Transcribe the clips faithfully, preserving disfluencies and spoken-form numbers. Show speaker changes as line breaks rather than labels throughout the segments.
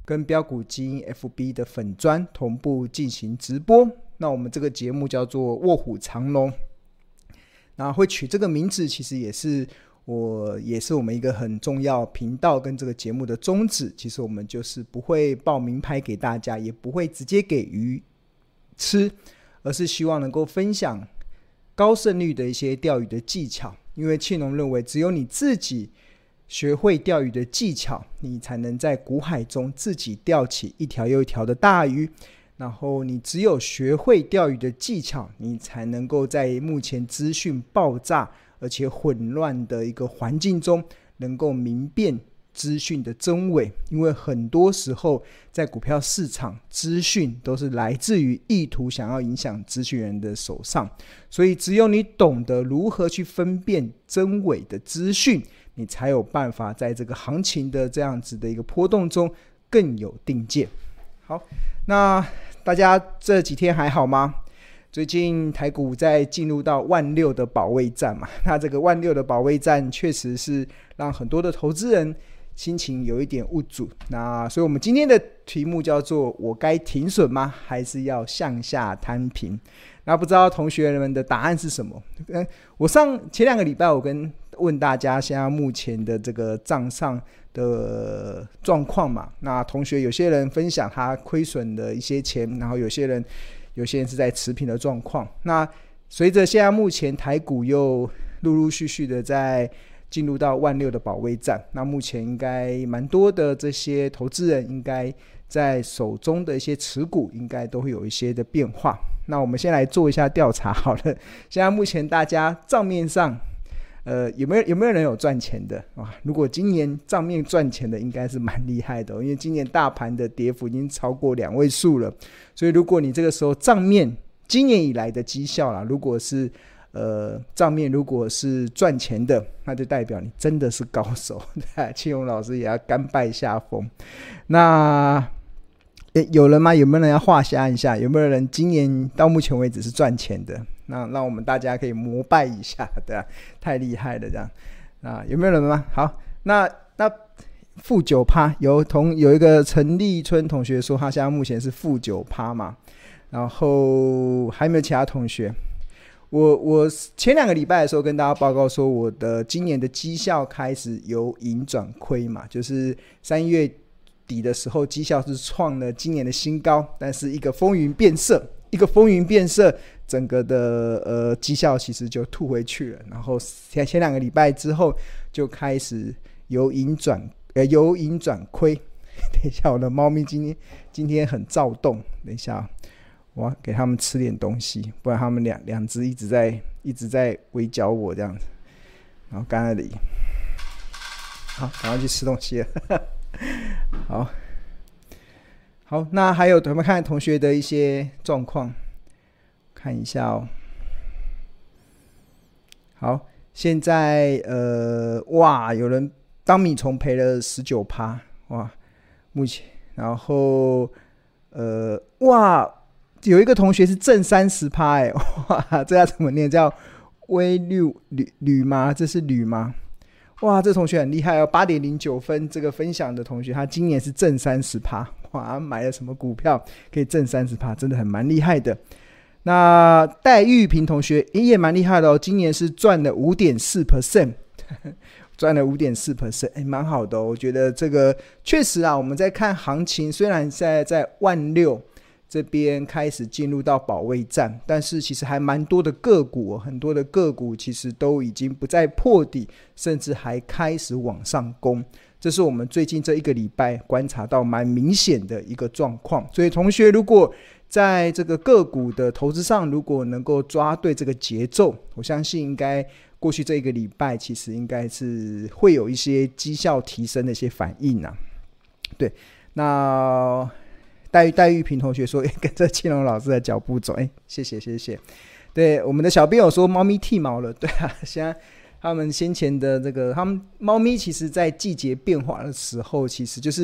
跟标股基因 F B 的粉专同步进行直播。那我们这个节目叫做卧虎藏龙，那会取这个名字其实也是我也是我们一个很重要频道跟这个节目的宗旨。其实我们就是不会报名牌给大家，也不会直接给鱼吃，而是希望能够分享高胜率的一些钓鱼的技巧。因为庆农认为只有你自己学会钓鱼的技巧，你才能在股海中自己钓起一条又一条的大鱼。然后你只有学会钓鱼的技巧，你才能够在目前资讯爆炸而且混乱的一个环境中能够明辨资讯的真伪。因为很多时候在股票市场，资讯都是来自于意图想要影响资讯人的手上，所以只有你懂得如何去分辨真伪的资讯，你才有办法在这个行情的这样子的一个波动中更有定见。好，那大家这几天还好吗？最近台股在进入到万六的保卫战嘛，那这个万六的保卫战确实是让很多的投资人心情有一点无助。那所以我们今天的题目叫做我该停损吗？还是要向下摊平？那不知道同学们的答案是什么？嗯，我上前两个礼拜我跟问大家现在目前的这个账上的状况嘛，那同学有些人分享他亏损的一些钱，然后有些人有些人是在持平的状况。那随着现在目前台股又陆陆续续的在进入到万六的保卫战，那目前应该蛮多的这些投资人应该在手中的一些持股应该都会有一些的变化。那我们先来做一下调查好了，现在目前大家账面上呃，有没有有没有人有赚钱的啊？如果今年账面赚钱的应该是蛮厉害的，因为今年大盘的跌幅已经超过两位数了，所以如果你这个时候账面今年以来的绩效啦，如果是呃账面如果是赚钱的，那就代表你真的是高手。庆荣老师也要甘拜下风。那有人吗？有没有人要画虾一下？有没有人今年到目前为止是赚钱的？那让我们大家可以膜拜一下，对啊，太厉害了这样。啊，有没有人吗？好，那那负九趴，有同有一个陈立春同学说他现在目前是负九趴嘛，然后还没有其他同学。我我前两个礼拜的时候跟大家报告说，我的今年的绩效开始由盈转亏嘛，就是三月底的时候绩效是创了今年的新高，但是一个风云变色，一个风云变色。整个的呃绩效其实就吐回去了，然后前前两个礼拜之后就开始由盈转呃由盈转亏。等一下，我的猫咪今天今天很躁动，等一下我要给他们吃点东西，不然他们两两只一直在一直在围剿我这样子。然后刚才里，好，赶快去吃东西了。好，好，那还有我们看同学的一些状况。看一下哦，好，现在呃，哇，有人当米虫赔了十九趴，哇，目前，然后呃，哇，有一个同学是正三十趴，哎，哇，这要怎么念？叫微绿铝铝吗？这是铝吗？哇，这同学很厉害哦，八点零九分，这个分享的同学，他今年是正三十趴，哇，买了什么股票可以正三十趴，真的很蛮厉害的。那戴玉平同学也蛮厉害的哦，今年是赚了 百分之五点四， 赚了 百分之五点四， 哎，蛮好的哦。我觉得这个确实啊，我们在看行情，虽然现在在万六这边开始进入到保卫战，但是其实还蛮多的个股、哦、很多的个股其实都已经不再破底，甚至还开始往上攻，这是我们最近这一个礼拜观察到蛮明显的一个状况。所以同学如果在这个个股的投资上，如果能够抓对这个节奏，我相信应该过去这一个礼拜其实应该是会有一些绩效提升的一些反应啊。对，那戴戴玉平同学说跟着庆荣老师的脚步走，哎，谢谢谢谢。对，我们的小编有说猫咪剃毛了，对啊，现在他们先前的这个他们猫咪其实在季节变化的时候，其实就是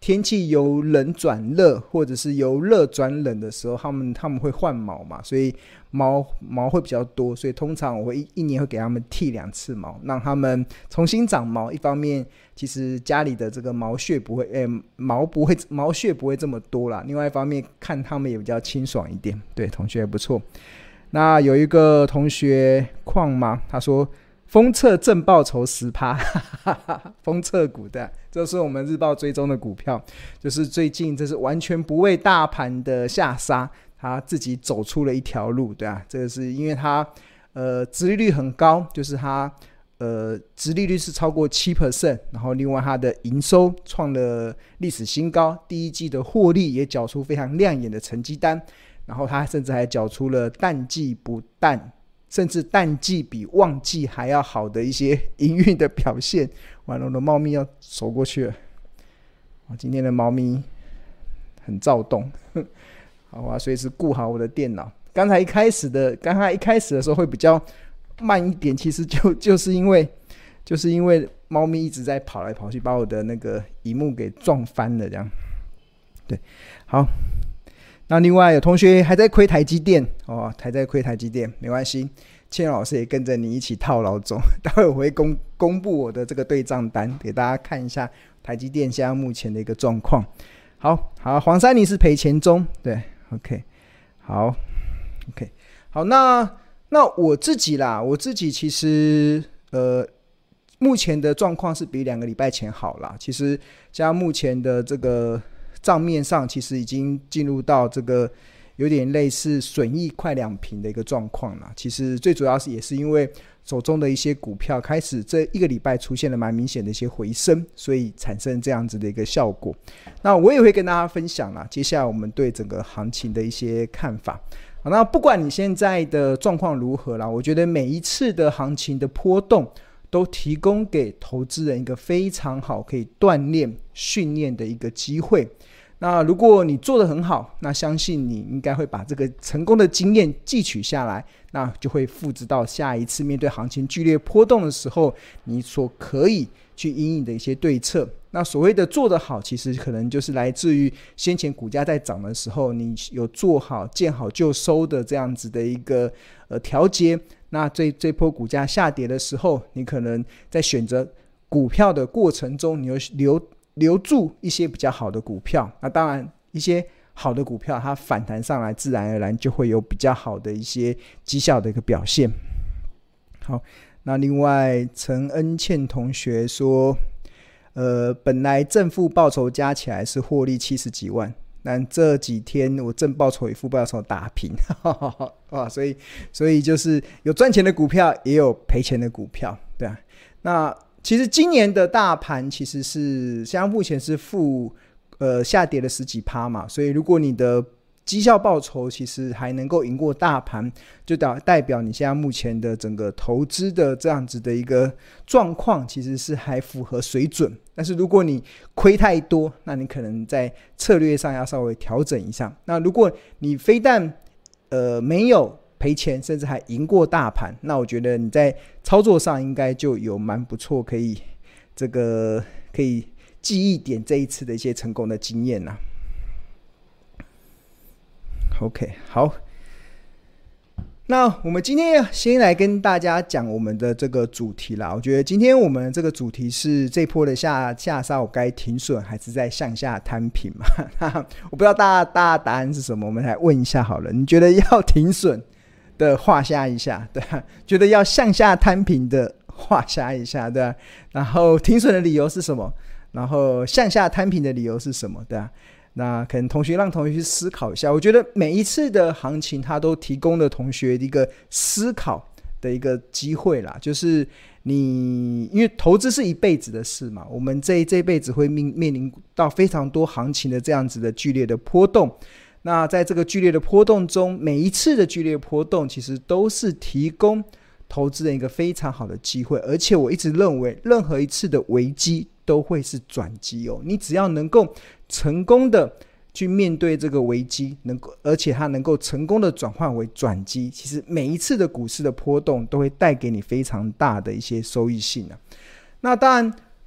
天气由冷转热，或者是由热转冷的时候，他们他们会换毛嘛，所以毛毛会比较多，所以通常我会 一, 一年会给他们剃两次毛，让他们重新长毛。一方面，其实家里的这个毛屑不会，诶、毛不会毛屑不会这么多啦。另外一方面，看他们也比较清爽一点。对，同学还不错。那有一个同学矿吗？他说。封测正报酬 百分之十 封测股的，这是我们日报追踪的股票，就是最近这是完全不为大盘的下杀，他自己走出了一条路，对啊，这个是因为他呃殖利率很高，就是他呃殖利率是超过 百分之七， 然后另外他的营收创了历史新高，第一季的获利也缴出非常亮眼的成绩单，然后他甚至还缴出了淡季不淡甚至淡季比旺季还要好的一些营运的表现。完了，我的猫咪要走过去了。今天的猫咪很躁动，好啊，随时顾好我的电脑。刚才一开始的，刚才一开始的时候会比较慢一点，其实就就是因为就是因为猫咪一直在跑来跑去，把我的那个萤幕给撞翻了，这样。对，好。那另外有同学还在亏台积电哦，还在亏台积电，没关系，倩老师也跟着你一起套牢中。待会我会 公, 公布我的这个对账单，给大家看一下台积电现在目前的一个状况。好好，黄珊妮是赔钱中，对 ，OK， 好 ，OK， 好，那那我自己啦，我自己其实呃，目前的状况是比两个礼拜前好啦。其实像目前的这个。账面上其实已经进入到这个有点类似损益快两平的一个状况了。其实最主要是也是因为手中的一些股票开始这一个礼拜出现了蛮明显的一些回升，所以产生这样子的一个效果。那我也会跟大家分享啦，接下来我们对整个行情的一些看法。好，那不管你现在的状况如何啦，我觉得每一次的行情的波动都提供给投资人一个非常好可以锻炼训练的一个机会。那如果你做得很好，那相信你应该会把这个成功的经验汲取下来，那就会复制到下一次面对行情剧烈波动的时候，你所可以去因应的一些对策。那所谓的做得好，其实可能就是来自于先前股价在涨的时候，你有做好见好就收的这样子的一个呃调节。那这这波股价下跌的时候，你可能在选择股票的过程中，你有留留住一些比较好的股票。那当然一些好的股票它反弹上来，自然而然就会有比较好的一些绩效的一个表现。好，那另外陈恩倩同学说呃，本来正负报酬加起来是获利七十几万，但这几天我正报酬与负报酬打平哇，所以所以就是有赚钱的股票也有赔钱的股票，对啊。那其实今年的大盘其实是现在目前是负呃下跌了十几趴嘛，所以如果你的绩效报酬其实还能够赢过大盘，就代表你现在目前的整个投资的这样子的一个状况其实是还符合水准。但是如果你亏太多，那你可能在策略上要稍微调整一下。那如果你非但呃没有赔钱，甚至还赢过大盘，那我觉得你在操作上应该就有蛮不错可以这个可以记忆点这一次的一些成功的经验啦。OK， 好，那我们今天先来跟大家讲我们的这个主题啦。我觉得今天我们这个主题是这波的下下杀，我该停损还是在向下摊平嘛？我不知道大家大家答案是什么，我们来问一下好了。你觉得要停损的画下一下，对吧？觉得要向下摊平的画下一下，对吧？然后停损的理由是什么？然后向下摊平的理由是什么？对吧？那可能同学让同学去思考一下。我觉得每一次的行情它都提供了同学一个思考的一个机会啦，就是你因为投资是一辈子的事嘛，我们这这辈子会面临到非常多行情的这样子的剧烈的波动。那在这个剧烈的波动中，每一次的剧烈波动其实都是提供投资人一个非常好的机会，而且我一直认为任何一次的危机都会是转机哦。你只要能够成功的去面对这个危机，能够而且它能够成功的转换为转机，其实每一次的股市的波动都会带给你非常大的一些收益性啊。那当然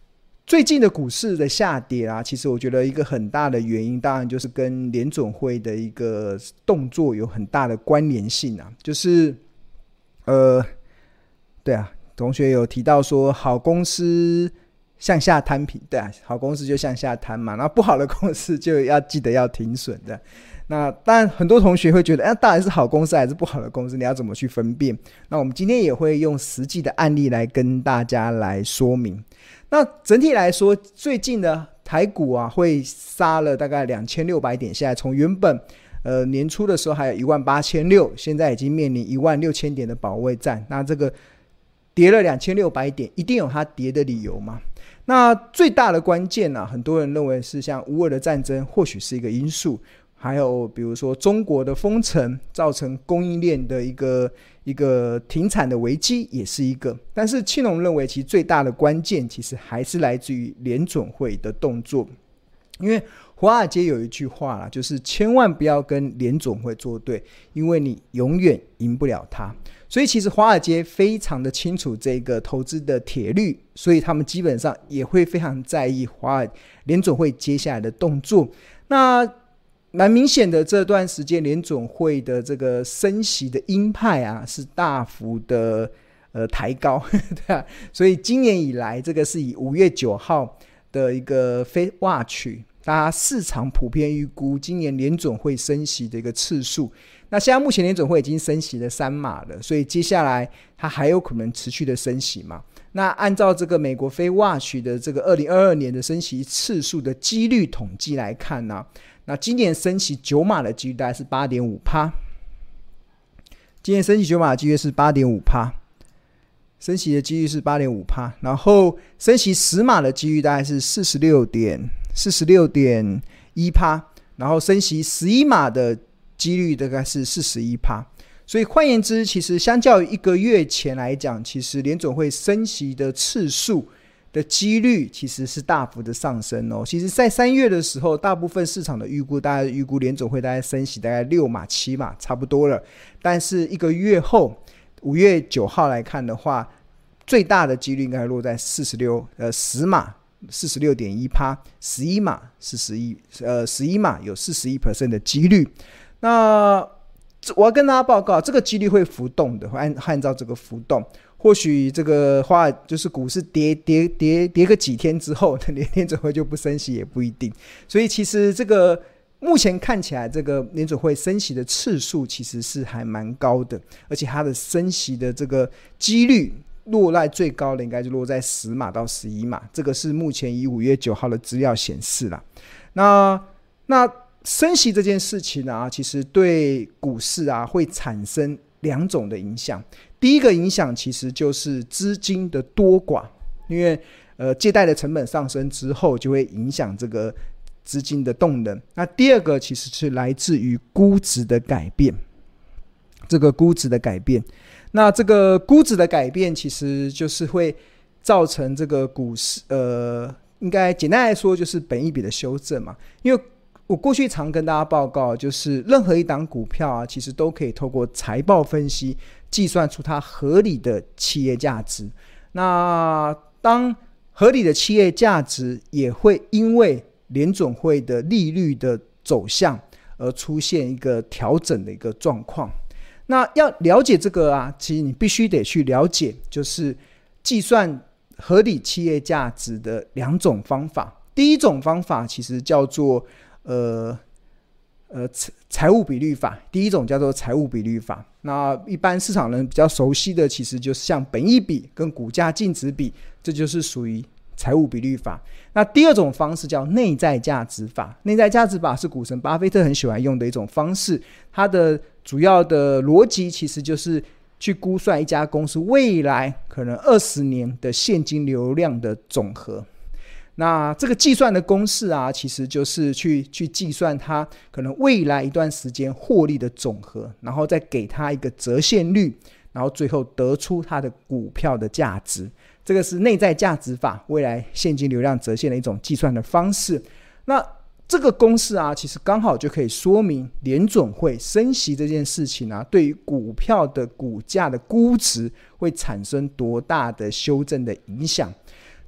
最近的股市的下跌啊，其实我觉得一个很大的原因，当然就是跟联准会的一个动作有很大的关联性啊。就是呃，对啊，同学有提到说，好公司向下摊平，对啊，好公司就向下摊嘛，那不好的公司就要记得要停损的。那当然，很多同学会觉得，哎，到底是好公司还是不好的公司？你要怎么去分辨？那我们今天也会用实际的案例来跟大家来说明。那整体来说，最近的台股啊，会杀了大概两千六百点下来，从原本呃年初的时候还有一万八千六，现在已经面临一万六千点的保卫战。那这个跌了两千六百点，一定有它跌的理由嘛？那最大的关键啊，很多人认为是像乌俄的战争，或许是一个因素。还有比如说中国的封城造成供应链的一个一个停产的危机也是一个，但是庆隆认为其实最大的关键其实还是来自于联准会的动作。因为华尔街有一句话啦，就是千万不要跟联准会作对，因为你永远赢不了它。所以其实华尔街非常的清楚这个投资的铁律，所以他们基本上也会非常在意华尔联准会接下来的动作。那蛮明显的，这段时间联准会的这个升息的鹰派啊，是大幅的呃抬高，对啊，所以今年以来，这个是以五月九号的一个 Fed Watch， 大家市场普遍预估今年联准会升息的一个次数。那现在目前联准会已经升息了三码了，所以接下来它还有可能持续的升息嘛？那按照这个美国 Fed Watch 的这个二零二二年的升息次数的几率统计来看呢、啊，那今年升息九码的几率大概是 八点五趴， 今年升息九码的几率是 八点五趴， 升息的几率是 八点五趴， 然后升息十码的几率大概是 四十六点一趴， 然后升息十一码的几率大概是 四十一趴。所以换言之，其实相较于一个月前来讲，其实联准会升息的次数的几率其实是大幅的上升哦。其实在三月的时候，大部分市场的预估大概预估联准会大概升息大概六码七码差不多了，但是一个月后五月九号来看的话，最大的几率应该落在四十六呃十码 四十六点一趴， 十一码是十一呃十一码有 百分之四十一 的几率。那我要跟大家报告，这个几率会浮动的，会 按, 按照这个浮动，或许这个话就是股市跌跌跌跌个几天之后，联准会就不升息也不一定。所以其实这个目前看起来，这个联准会升息的次数其实是还蛮高的，而且它的升息的这个几率落在最高的应该就落在十码到十一码，这个是目前以五月九号的资料显示啦。那那升息这件事情啊，其实对股市啊会产生两种的影响。第一个影响其实就是资金的多寡，因为呃借贷的成本上升之后，就会影响这个资金的动能。那第二个其实是来自于估值的改变，这个估值的改变，那这个估值的改变其实就是会造成这个股市呃，应该简单来说就是本益比的修正嘛，因为我过去常跟大家报告，就是任何一档股票啊，其实都可以透过财报分析计算出它合理的企业价值。那当合理的企业价值也会因为联准会的利率的走向而出现一个调整的一个状况。那要了解这个啊，其实你必须得去了解，就是计算合理企业价值的两种方法。第一种方法其实叫做呃呃财务比率法，第一种叫做财务比率法。那一般市场人比较熟悉的，其实就是像本益比跟股价净值比，这就是属于财务比率法。那第二种方式叫内在价值法，内在价值法是股神巴菲特很喜欢用的一种方式，它的主要的逻辑其实就是去估算一家公司未来可能二十年的现金流量的总和。那这个计算的公式啊，其实就是去去计算它可能未来一段时间获利的总和，然后再给它一个折现率，然后最后得出它的股票的价值。这个是内在价值法未来现金流量折现的一种计算的方式。那这个公式啊，其实刚好就可以说明联准会升息这件事情啊，对于股票的股价的估值会产生多大的修正的影响。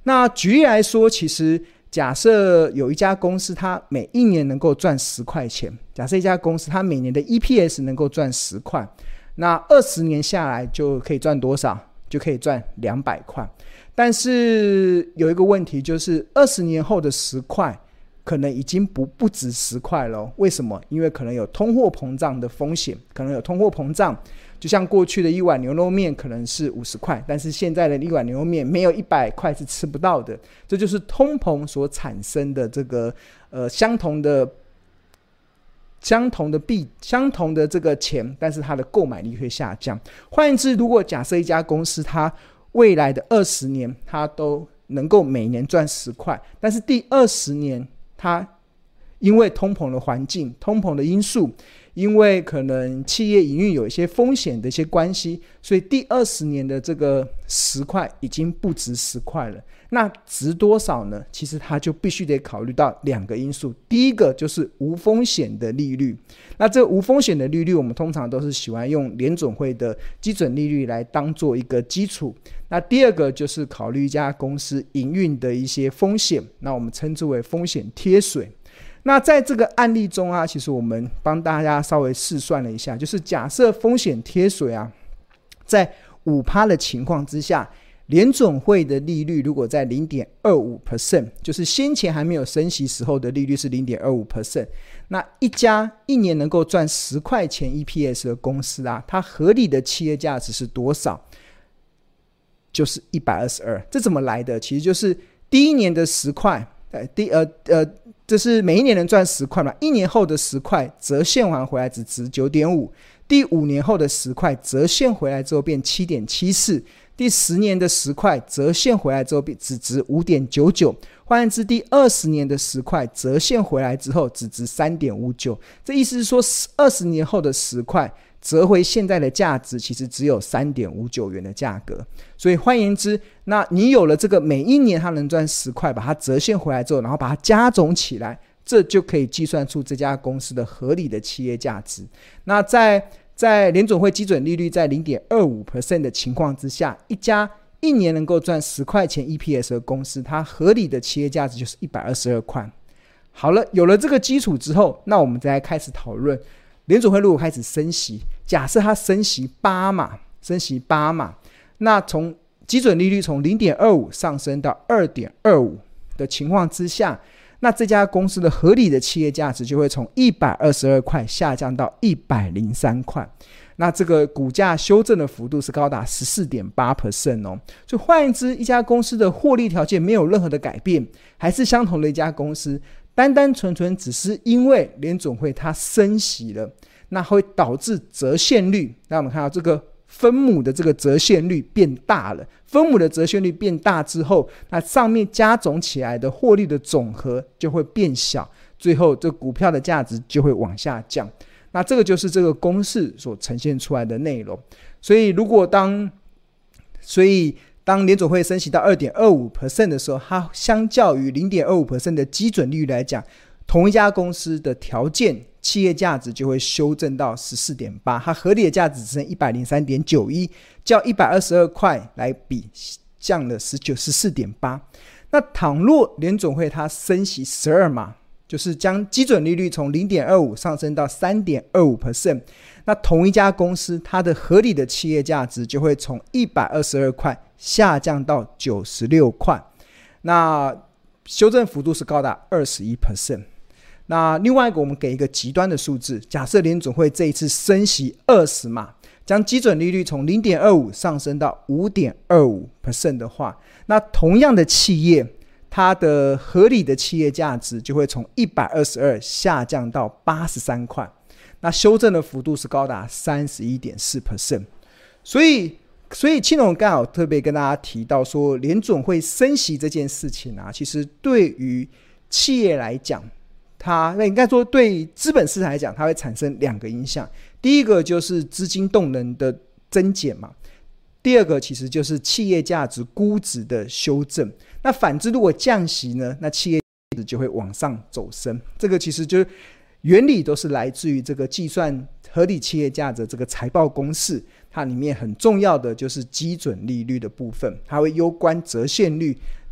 那举例来说，其实假设有一家公司它每一年能够赚十块钱，假设一家公司它每年的 E P S 能够赚十块，那二十年下来就可以赚多少？就可以赚两百块。但是有一个问题，就是二十年后的十块可能已经不不止十块了。为什么？因为可能有通货膨胀的风险，可能有通货膨胀。就像过去的一碗牛肉面可能是五十块，但是现在的一碗牛肉面没有一百块是吃不到的。这就是通膨所产生的这个呃相同的相同的币相同的这个钱，但是它的购买力会下降。换言之，如果假设一家公司它未来的二十年它都能够每年赚十块，但是第二十年它因为通膨的环境、通膨的因素，因为可能企业营运有一些风险的一些关系，所以第二十年的这个十块已经不值十块了。那值多少呢？其实它就必须得考虑到两个因素。第一个就是无风险的利率。那这无风险的利率，我们通常都是喜欢用联准会的基准利率来当做一个基础。那第二个就是考虑一家公司营运的一些风险，那我们称之为风险贴水。那在这个案例中啊，其实我们帮大家稍微试算了一下，就是假设风险贴水啊，在 百分之五 的情况之下，联准会的利率如果在 百分之零点二五， 就是先前还没有升息时候的利率是 百分之零点二五， 那一家一年能够赚十块钱 E P S 的公司啊，它合理的企业价值是多少？就是一百二十二。这怎么来的？其实就是第一年的十块，呃，第呃呃，这是每一年能赚十块嘛，一年后的十块折现还回来只值 九点五， 第五年后的十块折现回来之后变 七点七四， 第十年的十块折现回来之后只值 五点九九， 换言之第二十年的十块折现回来之后只值 三点五九， 这意思是说二十年后的十块折回现在的价值其实只有 三点五九元的价格。所以换言之，那你有了这个每一年它能赚十块，把它折现回来之后，然后把它加总起来，这就可以计算出这家公司的合理的企业价值。那在在联准会基准利率在 百分之零点二五 的情况之下，一家一年能够赚十块钱 E P S 的公司，它合理的企业价值就是一百二十二块。好了，有了这个基础之后，那我们再来开始讨论联准会如果开始升息，假设它升息八码，升息八码，那从基准利率从 零点二五 上升到 二点二五 的情况之下，那这家公司的合理的企业价值就会从一百二十二块下降到一百零三块。那这个股价修正的幅度是高达 百分之十四点八 哦。所以换言之，一家公司的获利条件没有任何的改变，还是相同的一家公司，单单纯纯只是因为联准会它升息了，那会导致折现率，那我们看到这个分母的这个折现率变大了，分母的折现率变大之后，那上面加总起来的获利的总和就会变小，最后这股票的价值就会往下降。那这个就是这个公式所呈现出来的内容。所以如果当所以当联准会升息到 二点二五 的时候，它相较于 零点二五 的基准利率来讲，同一家公司的条件企业价值就会修正到 十四点八， 它合理的价值只剩 一百零三点九一， 较一百二十二块来比降了 十四点八。 那倘若联准会它升息十二码，就是将基准利率从 零点二五 上升到 三点二五， 那同一家公司它的合理的企业价值就会从一百二十二块下降到九十六块，那修正幅度是高达 百分之二十一。 那另外一个我们给一个极端的数字，假设联准会这一次升息二十码，将基准利率从 零点二五 上升到 五点二五 的话，那同样的企业它的合理的企业价值就会从一百二十二下降到八十三块，那修正的幅度是高达 三十一点四。 所以所以庆隆刚好特别跟大家提到说，联准会升息这件事情啊，其实对于企业来讲，它那应该说对资本市场来讲，它会产生两个影响。第一个就是资金动能的增减嘛，第二个其实就是企业价值估值的修正。那反之，如果降息呢，那企业价值就会往上走升。这个其实就是原理都是来自于这个计算合理企业价值这个财报公式，它里面很重要的就是基准利率的部分，它会攸关折现率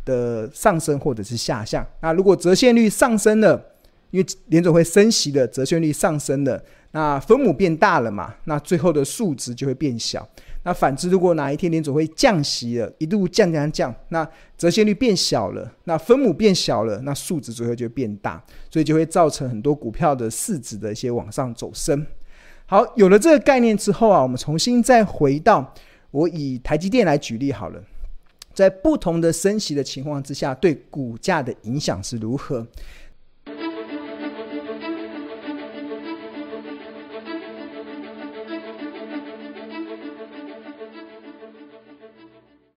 的上升或者是下降。那如果折现率上升了，因为联准会升息的，折现率上升了，那分母变大了嘛，那最后的数值就会变小。那反之，如果哪一天联准会降息了，一路降降降，那折现率变小了，那分母变小了，那数值最后就会变大，所以就会造成很多股票的市值的一些往上走升。好，有了这个概念之后啊，我们重新再回到我以台积电来举例好了，在不同的升息的情况之下，对股价的影响是如何？